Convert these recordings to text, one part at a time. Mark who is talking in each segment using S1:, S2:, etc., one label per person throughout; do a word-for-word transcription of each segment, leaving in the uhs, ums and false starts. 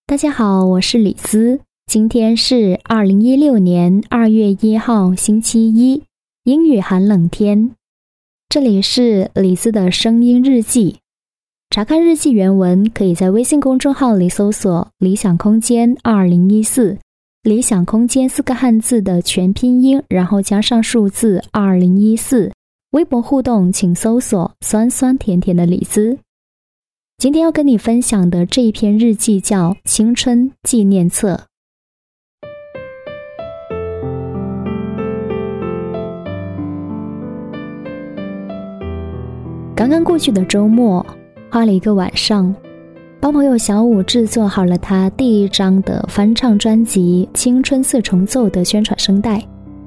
S1: 大家好，我是李斯，今天是二零一六年二月一号星期一，阴雨寒冷天。这里是李斯的声音日记。查看日记原文，可以在微信公众号里搜索理想空间二零一四，理想空间四个汉字的全拼音，然后加上数字二零一四。微博互动请搜索酸酸甜甜的李斯。今天要跟你分享的这一篇日记叫《青春纪念册》。刚刚过去的周末，花了一个晚上，帮朋友小五制作好了他第一张的翻唱专辑《青春四重奏》的宣传声带。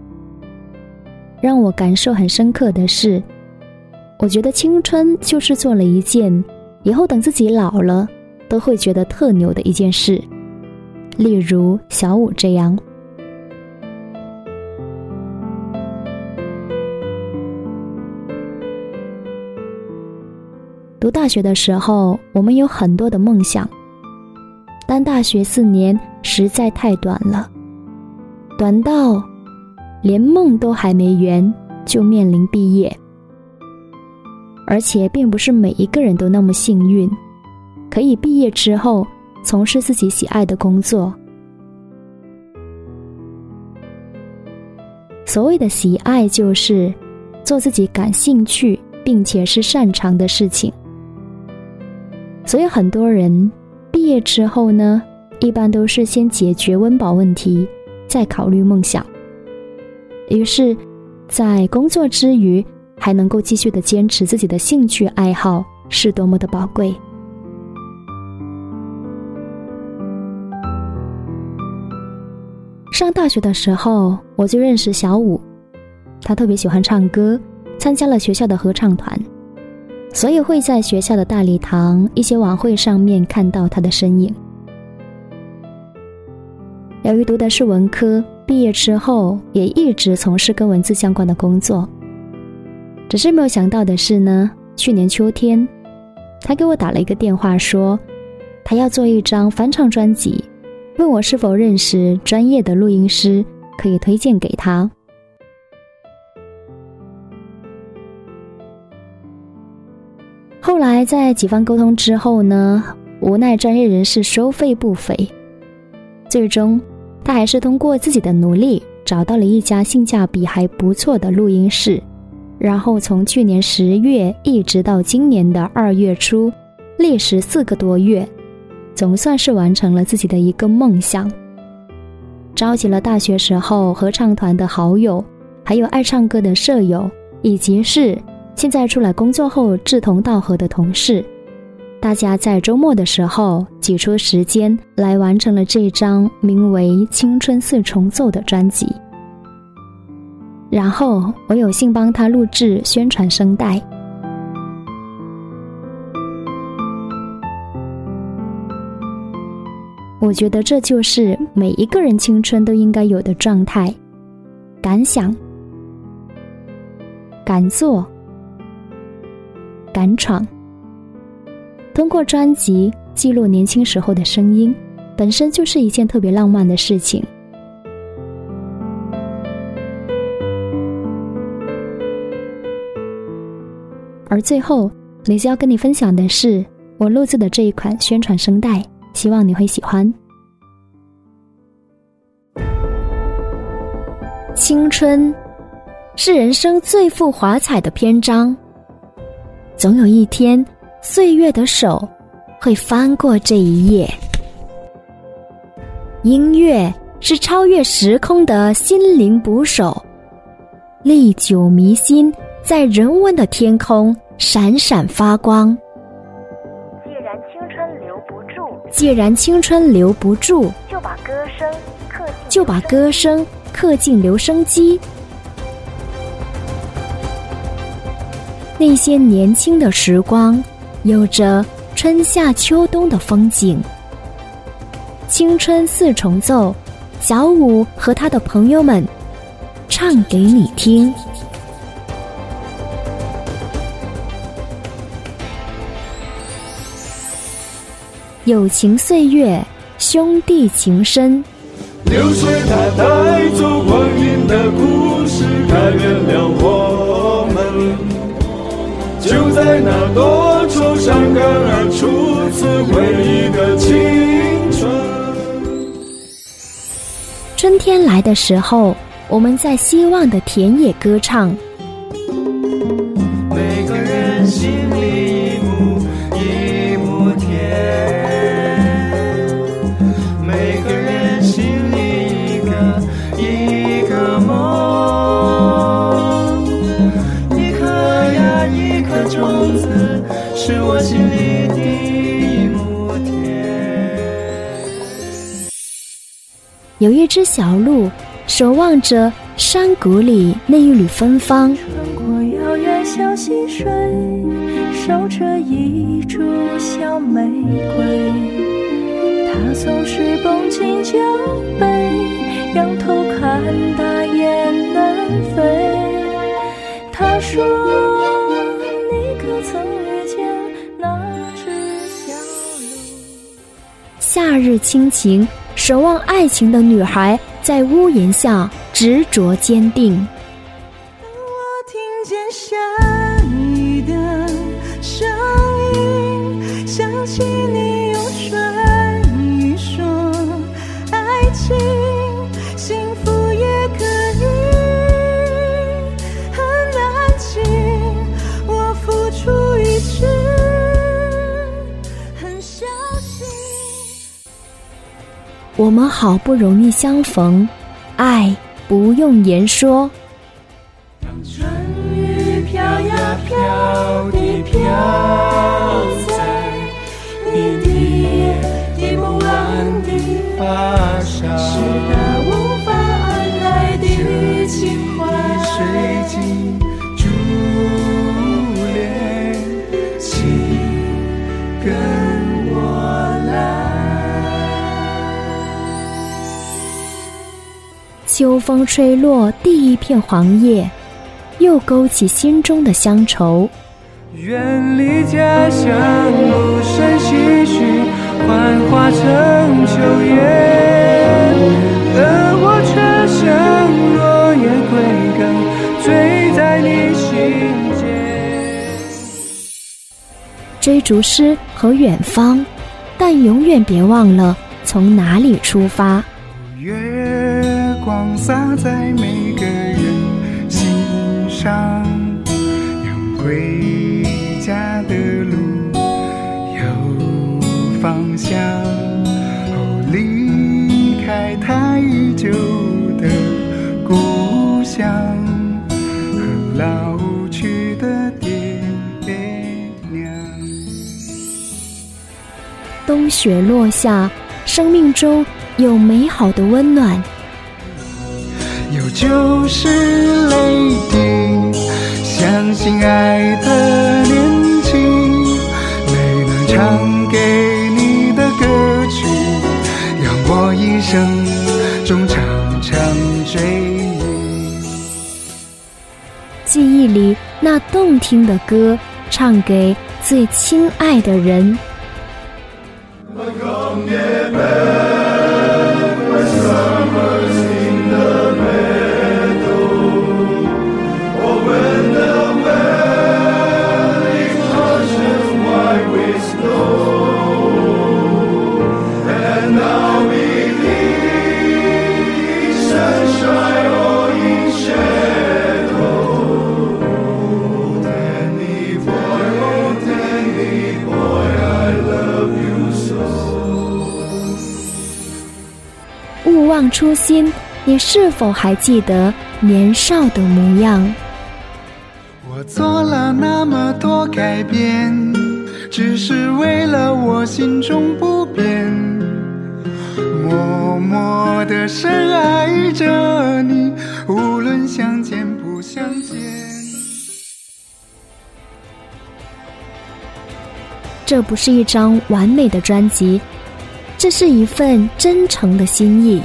S1: 让我感受很深刻的是，我觉得青春就是做了一件以后等自己老了都会觉得特牛的一件事，例如小五这样。读大学的时候，我们有很多的梦想，但大学四年实在太短了，短到连梦都还没圆就面临毕业。而且并不是每一个人都那么幸运，可以毕业之后从事自己喜爱的工作。所谓的喜爱，就是做自己感兴趣并且是擅长的事情。所以很多人毕业之后呢，一般都是先解决温饱问题，再考虑梦想。于是在工作之余还能够继续的坚持自己的兴趣爱好，是多么的宝贵。上大学的时候，我就认识小五，他特别喜欢唱歌，参加了学校的合唱团，所以会在学校的大礼堂一些晚会上面看到他的身影。由于读的是文科，毕业之后也一直从事跟文字相关的工作。只是没有想到的是呢，去年秋天他给我打了一个电话，说他要做一张翻唱专辑，问我是否认识专业的录音师，可以推荐给他。后来在几番沟通之后呢，无奈专业人士收费不菲，最终他还是通过自己的努力找到了一家性价比还不错的录音室，然后从去年十月一直到今年的二月初，历时四个多月，总算是完成了自己的一个梦想。召集了大学时候合唱团的好友，还有爱唱歌的舍友，以及是现在出来工作后志同道合的同事，大家在周末的时候挤出时间来完成了这张名为《青春四重奏》的专辑。然后我有幸帮他录制宣传声带。我觉得这就是每一个人青春都应该有的状态：敢想、敢做、敢闯。通过专辑记录年轻时候的声音，本身就是一件特别浪漫的事情。而最后，李斯要跟你分享的是我录制的这一款宣传声带，希望你会喜欢。青春是人生最富华彩的篇章，总有一天，岁月的手会翻过这一页。音乐是超越时空的心灵捕手，历久弥新，在人文的天空闪闪发光。
S2: 既然青春留不住，
S1: 既然青春留不住，
S2: 就把歌声刻进
S1: 就把歌声刻进留声机。那些年轻的时光，有着春夏秋冬的风景。青春四重奏，小五和他的朋友们唱给你听。友情岁月， 兄弟情深。
S3: 流水它带走光阴的故事，改变了我们，就在那多愁善感而初次回忆的青春。
S1: 春天来的时候，我们在希望的田野歌唱。
S3: 每个人心里一亩一亩田，每个人心里一个一个梦，一颗呀一颗种子，是我心里的一亩田。
S1: 有一只小鹿守望着山谷里那一缕芬芳，
S4: 穿过遥远小溪水，守着一株小玫瑰，它总是绷紧脚背，仰头看大雁南飞。他说你可曾遇见那只小鹿。
S1: 夏日亲情，守望爱情的女孩在屋檐下执着坚定。
S4: 我听见下雨的声音，想起你用唇语说爱情幸福也可以很安静，我付出一直很小心。
S1: 我们好不容易相逢，爱不用言说。
S4: 让春雨飘呀飘地飘在你的的不安的发梢，是那无法按耐的情怀。
S3: 水晶珠帘，请跟我来。
S1: 秋风吹落第一片黄叶，又勾起心中的乡愁。
S3: 远离家乡，不胜唏嘘，幻化成秋叶，而我却像落叶归根，醉在你心间。
S1: 追逐诗和远方，但永远别忘了从哪里出发。
S3: 月光洒在每个人心上，让归家的路有方向，哦，离开太久的故乡和老去的爹娘。
S1: 冬雪落下，生命中有美好的温暖，
S3: 有就是泪滴，相信爱的年轻，没能唱给你的歌曲，让我一生中常常追忆。
S1: 记忆里那动听的歌，唱给最亲爱的人。勿忘初心，你是否还记得年少的模样？
S3: 我做了那么多改变，只是为了我心中不变，默默地深爱着你，无论相见不相见。
S1: 这不是一张完美的专辑，这是一份真诚的心意。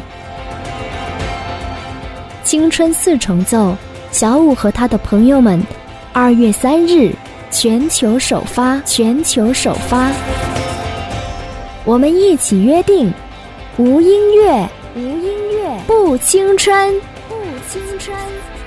S1: 青春四重奏，小五和他的朋友们，二月三日全球首发，全球首发。我们一起约定， 无音乐，无音乐不青春，不青春。